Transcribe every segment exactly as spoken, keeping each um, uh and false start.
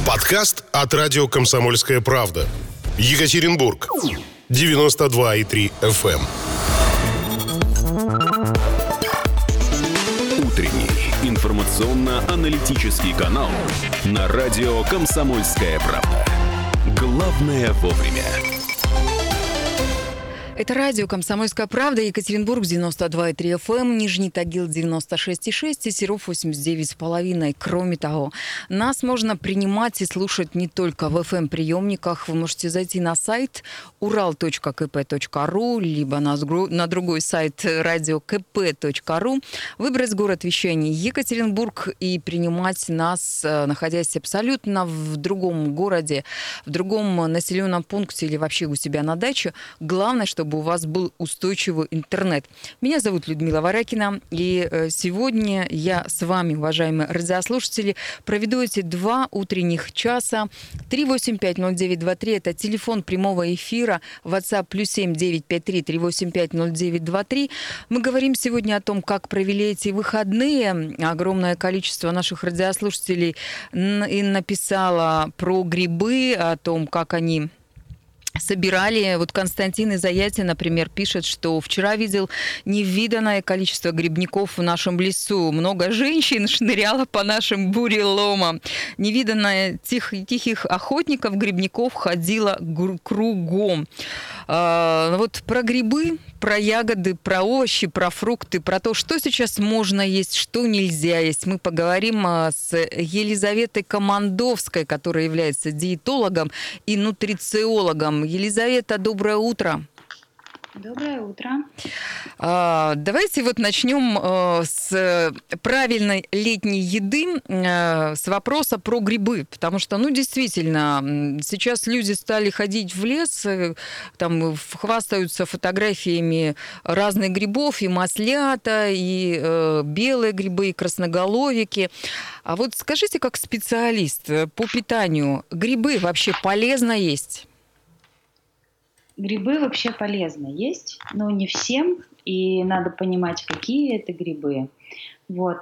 Подкаст от радио «Комсомольская правда». Екатеринбург. девяносто два и три эф эм. Утренний информационно-аналитический канал на радио «Комсомольская правда». Главное вовремя. Это радио «Комсомольская правда», Екатеринбург, девяносто два и три эф эм, Нижний Тагил, девяносто шесть и шесть и Серов, восемьдесят девять и пять. Кроме того, нас можно принимать и слушать не только в эф эм-приемниках. Вы можете зайти на сайт урал точка ка пэ точка ру, либо на, на другой сайт радио ка пэ точка ру, выбрать город вещания Екатеринбург и принимать нас, находясь абсолютно в другом городе, в другом населенном пункте или вообще у себя на даче. Главное, чтобы чтобы у вас был устойчивый интернет. Меня зовут Людмила Варакина, и сегодня я с вами, уважаемые радиослушатели, проведу эти два утренних часа. три восемь пять ноль девять два три – это телефон прямого эфира, WhatsApp плюс семь девять пять три три восемь пять ноль девять два три. Мы говорим сегодня о том, как провели эти выходные. Огромное количество наших радиослушателей и написало про грибы, о том, как они собирали. Вот Константин из Аяти, например, пишет, что вчера видел невиданное количество грибников в нашем лесу. Много женщин шныряло по нашим буреломам. Невиданное тих, тихих охотников, грибников ходило кругом. А, вот про грибы, про ягоды, про овощи, про фрукты, про то, что сейчас можно есть, что нельзя есть. Мы поговорим с Елизаветой Командовской, которая является диетологом и нутрициологом. Елизавета, доброе утро. Доброе утро. А, давайте вот начнем а, с правильной летней еды, а, с вопроса про грибы, потому что, ну, действительно, сейчас люди стали ходить в лес, там хвастаются фотографиями разных грибов, и маслята, и э, белые грибы, и красноголовики. А вот скажите, как специалист по питанию, грибы вообще полезно есть? Грибы вообще полезно есть, но не всем, и надо понимать, какие это грибы. Вот.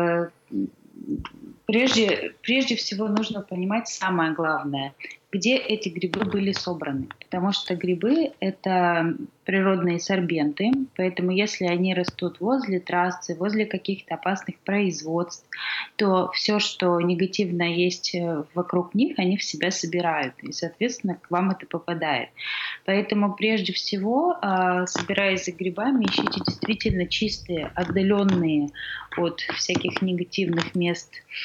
Прежде, прежде всего нужно понимать самое главное, где эти грибы были собраны. Потому что грибы – это природные сорбенты, поэтому если они растут возле трассы, возле каких-то опасных производств, то все, что негативно есть вокруг них, они в себя собирают, и, соответственно, к вам это попадает. Поэтому прежде всего, собираясь за грибами, ищите действительно чистые, отдаленные от всяких негативных мест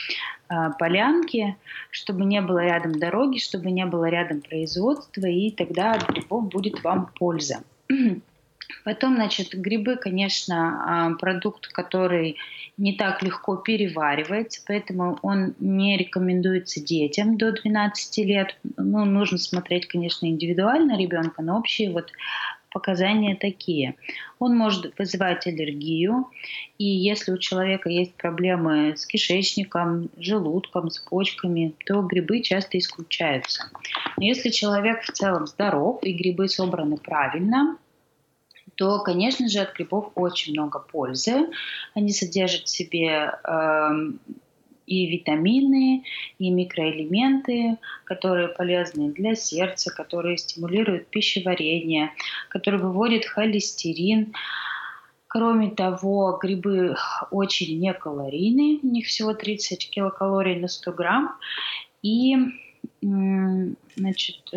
полянки, чтобы не было рядом дороги, чтобы не было рядом производства, и тогда от грибов будет вам польза. Потом, значит, грибы, конечно, продукт, который не так легко переваривается, поэтому он не рекомендуется детям до двенадцати лет. Ну, нужно смотреть, конечно, индивидуально ребенка, но общие вот показания такие. Он может вызывать аллергию, и если у человека есть проблемы с кишечником, желудком, с почками, то грибы часто исключаются. Но если человек в целом здоров и грибы собраны правильно, то, конечно же, от грибов очень много пользы. Они содержат в себе э, и витамины, и микроэлементы, которые полезны для сердца, которые стимулируют пищеварение, которые выводят холестерин. Кроме того, грибы очень некалорийны, у них всего тридцать килокалорий на сто грамм. И, значит,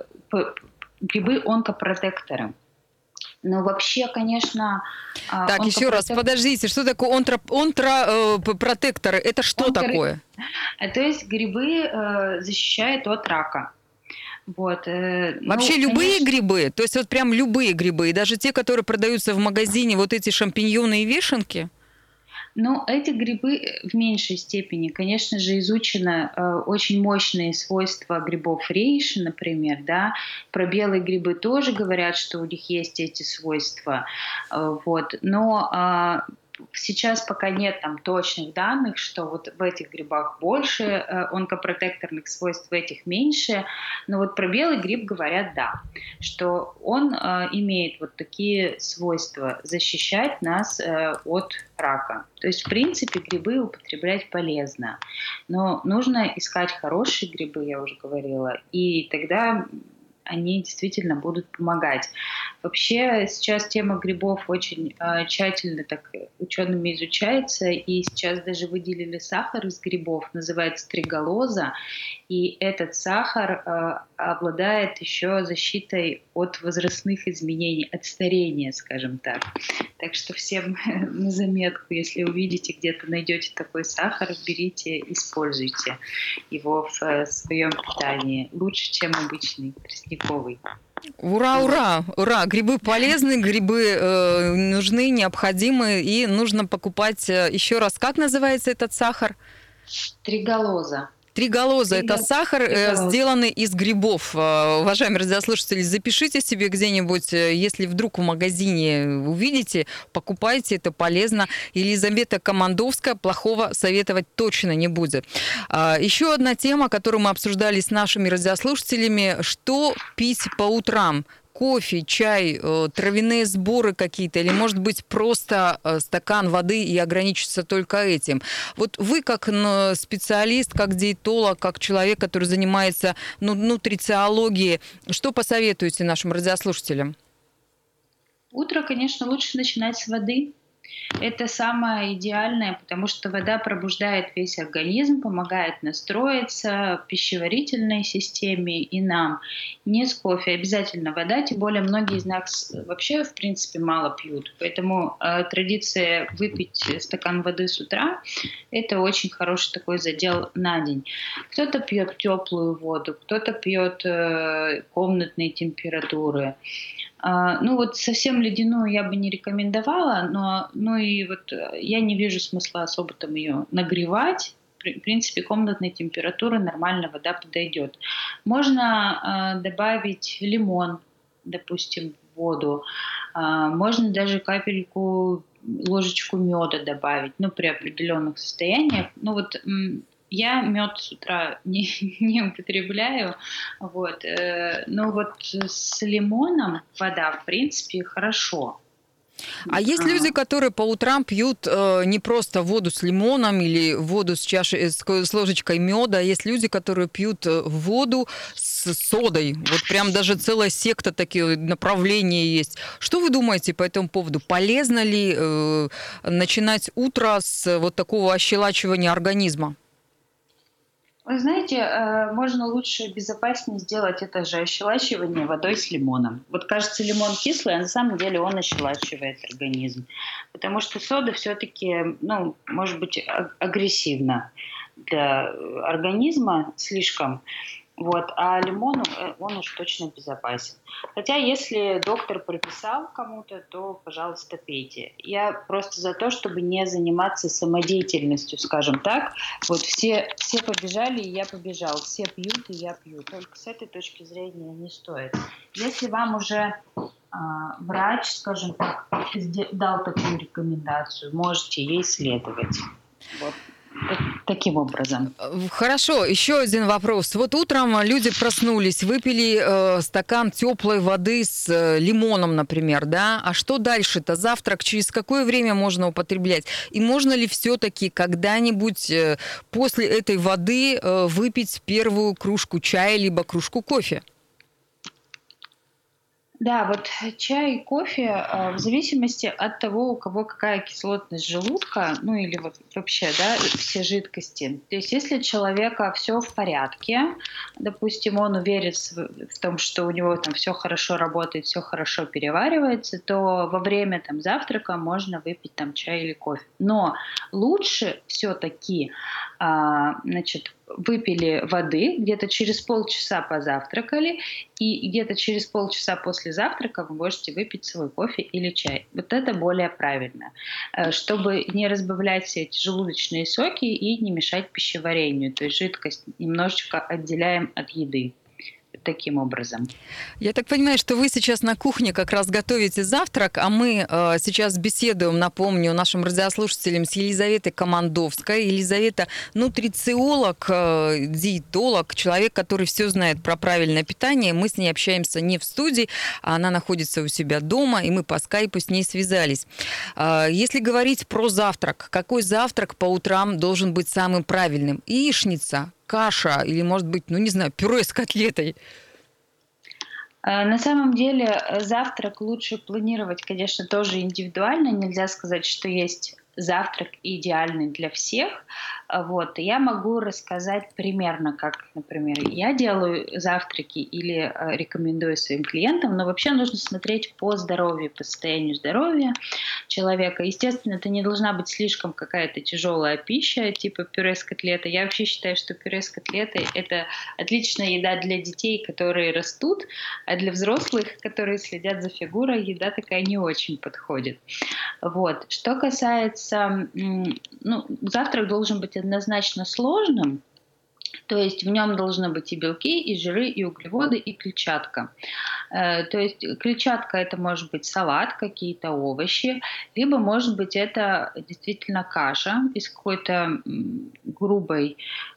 грибы онкопротекторы. Ну, вообще, конечно... Так, еще раз, подождите, что такое онкопротекторы? Это что Онкор... такое? То есть грибы э, защищают от рака. Вот. Э, вообще ну, любые конечно... грибы? То есть вот прям любые грибы? И даже те, которые продаются в магазине, вот эти шампиньоны и вешенки? Ну, эти грибы в меньшей степени. Конечно же, изучено э, очень мощные свойства грибов рейши, например, да. Про белые грибы тоже говорят, что у них есть эти свойства. Э, вот. Но э, Сейчас пока нет там точных данных, что вот в этих грибах больше э, онкопротекторных свойств, в этих меньше. Но вот про белый гриб говорят да, что он э, имеет вот такие свойства защищать нас э, от рака. То есть, в принципе, грибы употреблять полезно. Но нужно искать хорошие грибы, я уже говорила, и тогда они действительно будут помогать. Вообще сейчас тема грибов очень э, тщательно так учеными изучается, и сейчас даже выделили сахар из грибов, называется триголоза, и этот сахар э, обладает еще защитой от возрастных изменений, от старения, скажем так. Так что всем на заметку, если увидите, где-то найдете такой сахар, берите, используйте его в э, своем питании. Лучше, чем обычный тростниковый. Ура, ура, ура! Грибы полезны, грибы э, нужны, необходимы, и нужно покупать э, еще раз. Как называется этот сахар? Триголоза. Триголоза – это сахар, Триголоза. сделанный из грибов. Уважаемые радиослушатели, запишите себе где-нибудь, если вдруг в магазине увидите, покупайте, это полезно. Елизавета Командовская плохого советовать точно не будет. Еще одна тема, которую мы обсуждали с нашими радиослушателями – что пить по утрам? Кофе, чай, травяные сборы какие-то, или, может быть, просто стакан воды и ограничиться только этим. Вот вы, как специалист, как диетолог, как человек, который занимается ну, нутрициологией, что посоветуете нашим радиослушателям? Утро, конечно, лучше начинать с воды. Это самое идеальное, потому что вода пробуждает весь организм, помогает настроиться пищеварительной системе и нам. Не с кофе, обязательно вода, тем более многие из нас вообще, в принципе, мало пьют. Поэтому э, традиция выпить стакан воды с утра – это очень хороший такой задел на день. Кто-то пьет теплую воду, кто-то пьет э, комнатной температуры. Ну вот совсем ледяную я бы не рекомендовала, но ну и вот я не вижу смысла особо там ее нагревать. В принципе, комнатной температуры нормально вода подойдет. Можно э, добавить лимон, допустим, в воду. Э, можно даже капельку, ложечку меда добавить, ну при определенных состояниях. Ну вот я мед с утра не, не употребляю, вот. Но вот с лимоном вода, в принципе, хорошо. А есть люди, которые по утрам пьют э, не просто воду с лимоном или воду с чашей, с, с ложечкой меда, есть люди, которые пьют воду с содой. Вот прям даже целая секта, такие направления есть. Что вы думаете по этому поводу? Полезно ли э, начинать утро с вот такого ощелачивания организма? Вы знаете, можно лучше, безопаснее сделать это же ощелачивание водой с лимоном. Вот кажется, лимон кислый, а на самом деле он ощелачивает организм. Потому что сода все-таки, ну, может быть, агрессивна для организма слишком. Вот, а лимон, он уж точно безопасен. Хотя, если доктор прописал кому-то, то, пожалуйста, пейте. Я просто за то, чтобы не заниматься самодеятельностью, скажем так. Вот все, все побежали, и я побежал. Все пьют, и я пью. Только с этой точки зрения не стоит. Если вам уже э, врач, скажем так, дал такую рекомендацию, можете ей следовать. Вот. Таким образом. Хорошо, еще один вопрос. Вот утром люди проснулись, выпили э, стакан теплой воды с э, лимоном, например, да? А что дальше-то? Завтрак через какое время можно употреблять? И можно ли все-таки когда-нибудь э, после этой воды э, выпить первую кружку чая либо кружку кофе? Да, вот чай и кофе в зависимости от того, у кого какая кислотность желудка, ну или вот вообще, да, все жидкости. То есть если у человека все в порядке, допустим, он уверен в том, что у него там все хорошо работает, все хорошо переваривается, то во время там завтрака можно выпить там чай или кофе. Но лучше все-таки, значит, выпили воды, где-то через полчаса позавтракали, и где-то через полчаса после завтрака вы можете выпить свой кофе или чай. Вот это более правильно, чтобы не разбавлять все эти желудочные соки и не мешать пищеварению. То есть жидкость немножечко отделяем от еды. таким образом. Я так понимаю, что вы сейчас на кухне как раз готовите завтрак, а мы э, сейчас беседуем, напомню, нашим радиослушателям с Елизаветой Командовской. Елизавета – нутрициолог, э, диетолог, человек, который все знает про правильное питание. Мы с ней общаемся не в студии, а она находится у себя дома, и мы по скайпу с ней связались. Э, если говорить про завтрак, какой завтрак по утрам должен быть самым правильным? Яичница, каша или, может быть, ну не знаю, пюре с котлетой? На самом деле завтрак лучше планировать, конечно, тоже индивидуально. Нельзя сказать, что есть завтрак идеальный для всех. Вот. Я могу рассказать примерно, как, например, я делаю завтраки или рекомендую своим клиентам, но вообще нужно смотреть по здоровью, по состоянию здоровья человека. Естественно, это не должна быть слишком какая-то тяжелая пища, типа пюре с котлетой. Я вообще считаю, что пюре с котлетой – это отличная еда для детей, которые растут, а для взрослых, которые следят за фигурой, еда такая не очень подходит. Вот. Что касается, ну, завтрак должен быть однозначно сложным, то есть в нем должны быть и белки, и жиры, и углеводы, и клетчатка. То есть клетчатка – это может быть салат, какие-то овощи, либо может быть это действительно каша из какой-то грубой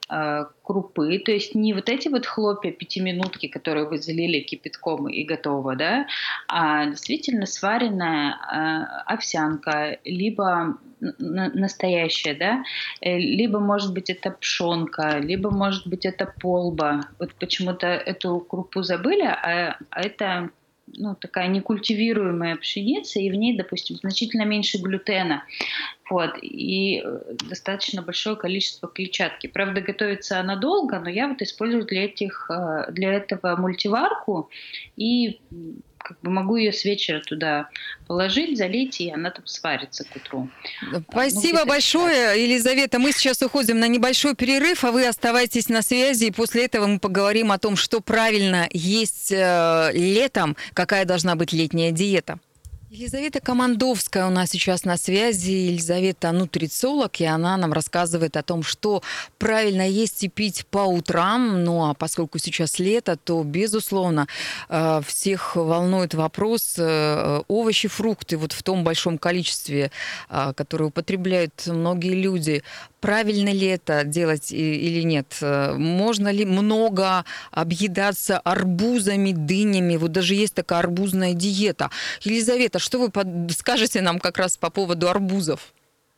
крупы, то есть не вот эти вот хлопья пятиминутки, которые вы залили кипятком и готово, да, а действительно сваренная овсянка, либо настоящая, да, либо может быть это пшенка, либо может быть это полба. Вот почему-то эту крупу забыли, а, а это ну, такая некультивируемая пшеница, и в ней, допустим, значительно меньше глютена. Вот, и достаточно большое количество клетчатки. Правда, готовится она долго, но я вот использую для, этих, для этого мультиварку и как бы могу ее с вечера туда положить, залить, и она там сварится к утру. Спасибо ну, большое, так. Елизавета. Мы сейчас уходим на небольшой перерыв, а вы оставайтесь на связи, и после этого мы поговорим о том, что правильно есть э, летом, какая должна быть летняя диета. Елизавета Командовская у нас сейчас на связи. Елизавета нутрициолог, и она нам рассказывает о том, что правильно есть и пить по утрам. Ну а поскольку сейчас лето, то, безусловно, всех волнует вопрос овощи, фрукты вот в том большом количестве, которое употребляют многие люди. Правильно ли это делать или нет? Можно ли много объедаться арбузами, дынями? Вот даже есть такая арбузная диета. Елизавета, что вы скажете нам как раз по поводу арбузов?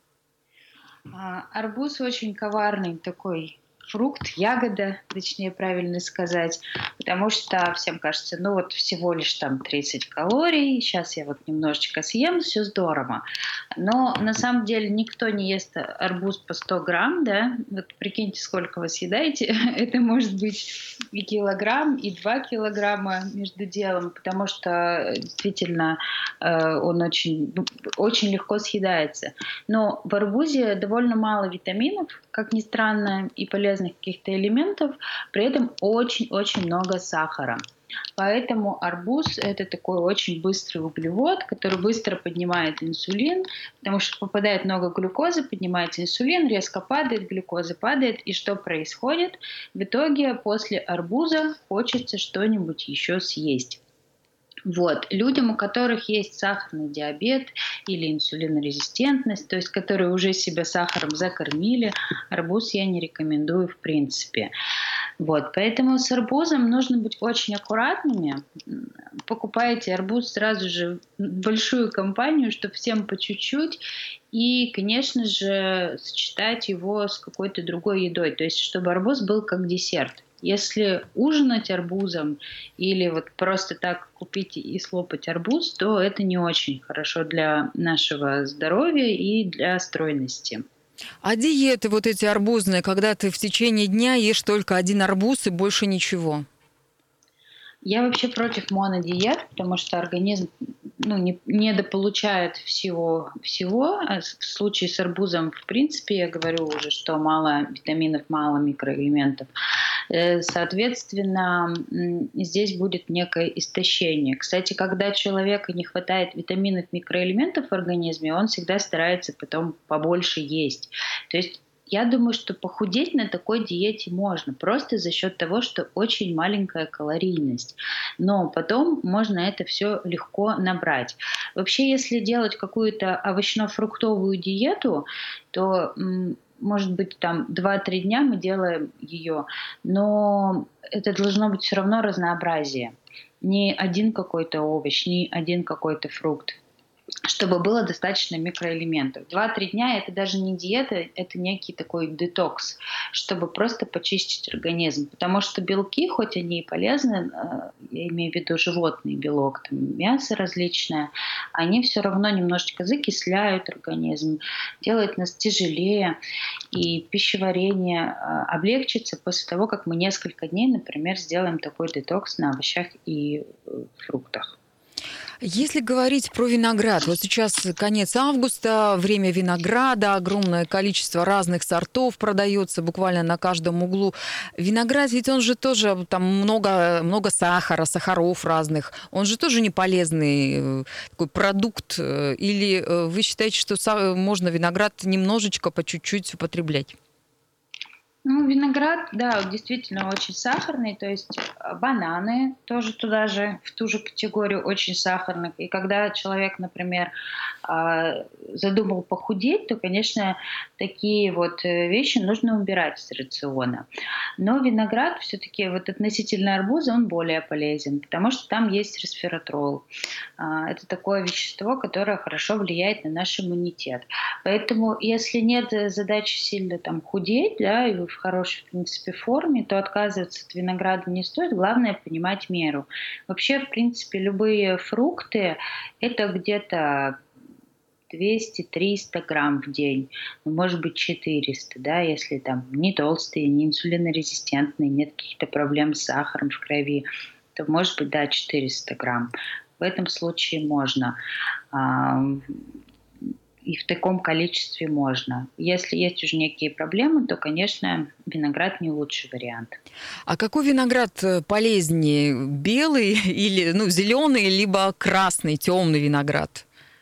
Арбуз очень коварный такой фрукт, ягода, точнее правильно сказать, потому что всем кажется, ну вот всего лишь там тридцать калорий, сейчас я вот немножечко съем, все здорово. Но на самом деле никто не ест арбуз по сто грамм, да, вот прикиньте, сколько вы съедаете, это может быть и килограмм, и два килограмма между делом, потому что действительно он очень, очень легко съедается. Но в арбузе довольно мало витаминов, как ни странно, и полезных каких-то элементов, при этом очень-очень много сахара. Поэтому арбуз – это такой очень быстрый углевод, который быстро поднимает инсулин, потому что попадает много глюкозы, поднимается инсулин, резко падает, глюкоза падает. И что происходит? В итоге после арбуза хочется что-нибудь еще съесть. Вот. Людям, у которых есть сахарный диабет или инсулинорезистентность, то есть которые уже себя сахаром закормили, арбуз я не рекомендую в принципе. Вот. Поэтому с арбузом нужно быть очень аккуратными. Покупайте арбуз сразу же в большую компанию, чтобы всем по чуть-чуть. И, конечно же, сочетать его с какой-то другой едой. То есть, чтобы арбуз был как десерт. Если ужинать арбузом или вот просто так купить и слопать арбуз, то это не очень хорошо для нашего здоровья и для стройности. А диеты вот эти арбузные, когда ты в течение дня ешь только один арбуз и больше ничего? Я вообще против монодиет, потому что организм ну, не, недополучает всего, всего. А в случае с арбузом, в принципе, я говорю уже, что мало витаминов, мало микроэлементов. Соответственно, здесь будет некое истощение. Кстати, когда человеку не хватает витаминов, микроэлементов в организме, он всегда старается потом побольше есть. То есть Я думаю, что похудеть на такой диете можно, просто за счет того, что очень маленькая калорийность. Но потом можно это все легко набрать. Вообще, если делать какую-то овощно-фруктовую диету, то м, может быть, там два-три дня мы делаем ее, но это должно быть все равно разнообразие. Не один какой-то овощ, не один какой-то фрукт, чтобы было достаточно микроэлементов. Два-три дня – это даже не диета, это некий такой детокс, чтобы просто почистить организм. Потому что белки, хоть они и полезны, я имею в виду животный белок, там, мясо различное, они все равно немножечко закисляют организм, делают нас тяжелее, и пищеварение облегчится после того, как мы несколько дней, например, сделаем такой детокс на овощах и фруктах. Если говорить про виноград, вот сейчас конец августа, время винограда, огромное количество разных сортов продается буквально на каждом углу. Виноград, ведь он же тоже, там много, много сахара, сахаров разных, он же тоже не полезный такой продукт. Или вы считаете, что можно виноград немножечко, по чуть-чуть употреблять? Ну, виноград, да, действительно очень сахарный, то есть бананы тоже туда же, в ту же категорию очень сахарных. И когда человек, например, задумал похудеть, то, конечно, такие вот вещи нужно убирать из рациона. Но виноград все-таки вот относительно арбуза, он более полезен, потому что там есть resveratrol. Это такое вещество, которое хорошо влияет на наш иммунитет. Поэтому, если нет задачи сильно там худеть, да, и вы в хорошей, в принципе, форме, то отказываться от винограда не стоит. Главное понимать меру. Вообще, в принципе, любые фрукты – это где-то двести-триста грамм в день, ну, может быть четыреста, да, если там не толстые, не инсулинорезистентные, нет каких-то проблем с сахаром в крови, то может быть, да, четыреста грамм. В этом случае можно. И в таком количестве можно. Если есть уже некие проблемы, то, конечно, виноград не лучший вариант. А какой виноград полезнее? Белый или ну, зеленый, либо красный, темный виноград?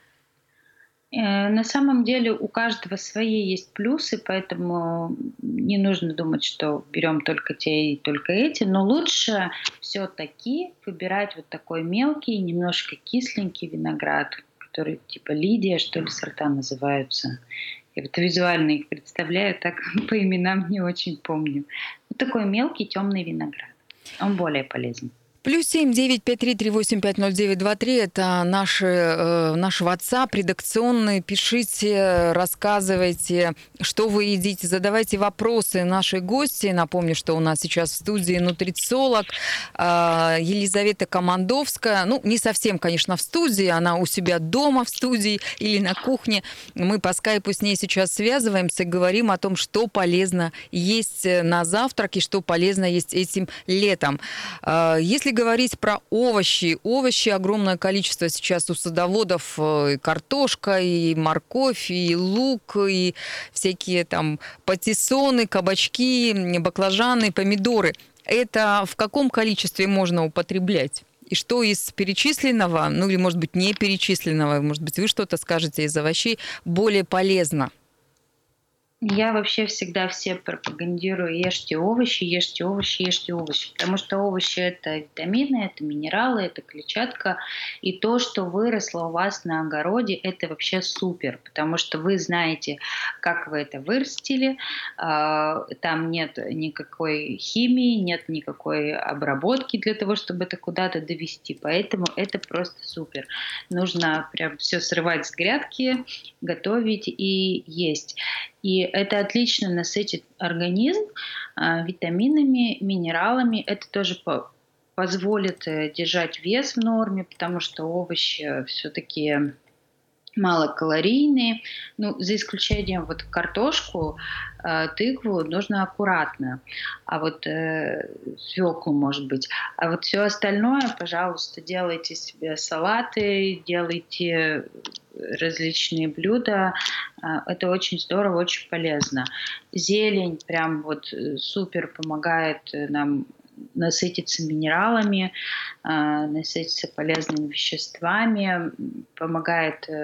На самом деле у каждого свои есть плюсы, поэтому не нужно думать, что берем только те и только эти, но лучше все-таки выбирать вот такой мелкий, немножко кисленький виноград, которые типа Лидия, что ли, сорта называются. Я вот визуально их представляю, так по именам не очень помню. Вот такой мелкий темный виноград. Он более полезен. Плюс семь девять пять три три восемь пять ноль девять два три это наш, э, наш WhatsApp редакционный. Пишите, рассказывайте, что вы едите, задавайте вопросы нашей гости. Напомню, что у нас сейчас в студии нутрициолог э, Елизавета Командовская. Ну, не совсем, конечно, в студии, она у себя дома в студии или на кухне. Мы по скайпу с ней сейчас связываемся, говорим о том, что полезно есть на завтрак и что полезно есть этим летом. Э, если говорить про овощи. Овощи огромное количество сейчас у садоводов. И картошка, и морковь, и лук, и всякие там патиссоны, кабачки, баклажаны, помидоры. Это в каком количестве можно употреблять? И что из перечисленного, ну или, может быть, не перечисленного, может быть, вы что-то скажете из овощей, более полезно? Я вообще всегда все пропагандирую: ешьте овощи, ешьте овощи, ешьте овощи. Потому что овощи – это витамины, это минералы, это клетчатка. И то, что выросло у вас на огороде, это вообще супер. Потому что вы знаете, как вы это вырастили. Там нет никакой химии, нет никакой обработки для того, чтобы это куда-то довести. Поэтому это просто супер. Нужно прям все срывать с грядки, готовить и есть. И это отлично насытит организм э, витаминами, минералами. Это тоже по- позволит э, держать вес в норме, потому что овощи все-таки малокалорийные. Ну, за исключением вот картошку, э, тыкву нужно аккуратно. А вот э, свеклу, может быть. А вот все остальное, пожалуйста, делайте себе салаты, делайте различные блюда. Это очень здорово, очень полезно. Зелень прям вот супер помогает нам насытиться минералами, насытиться полезными веществами, помогает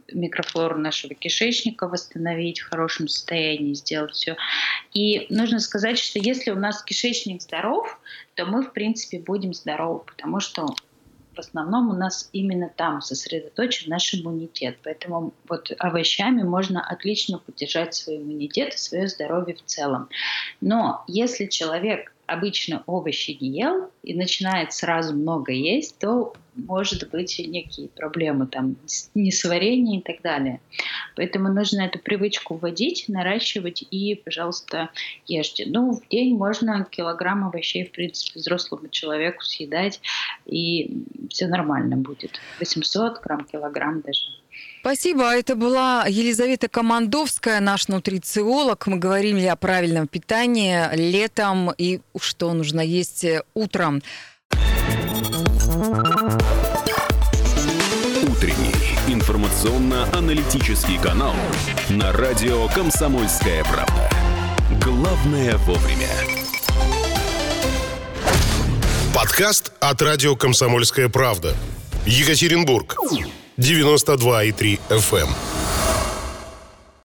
микрофлору нашего кишечника восстановить в хорошем состоянии, сделать все. И нужно сказать, что если у нас кишечник здоров, то мы, в принципе, будем здоровы, потому что в основном у нас именно там сосредоточен наш иммунитет. Поэтому вот овощами можно отлично поддержать свой иммунитет и свое здоровье в целом. Но если человек обычно овощи не ел и начинает сразу много есть, то может быть некие проблемы, там, несварение и так далее. Поэтому нужно эту привычку вводить, наращивать и, пожалуйста, ешьте. Ну, в день можно килограмм овощей, в принципе, взрослому человеку съедать, и все нормально будет. восемьсот грамм, килограмм даже. Спасибо. Это была Елизавета Командовская, наш нутрициолог. Мы говорили о правильном питании летом и что нужно есть утром. Утренний информационно-аналитический канал на радио «Комсомольская правда». Главное вовремя. Подкаст от радио «Комсомольская правда». Екатеринбург. девяносто два и три эф эм.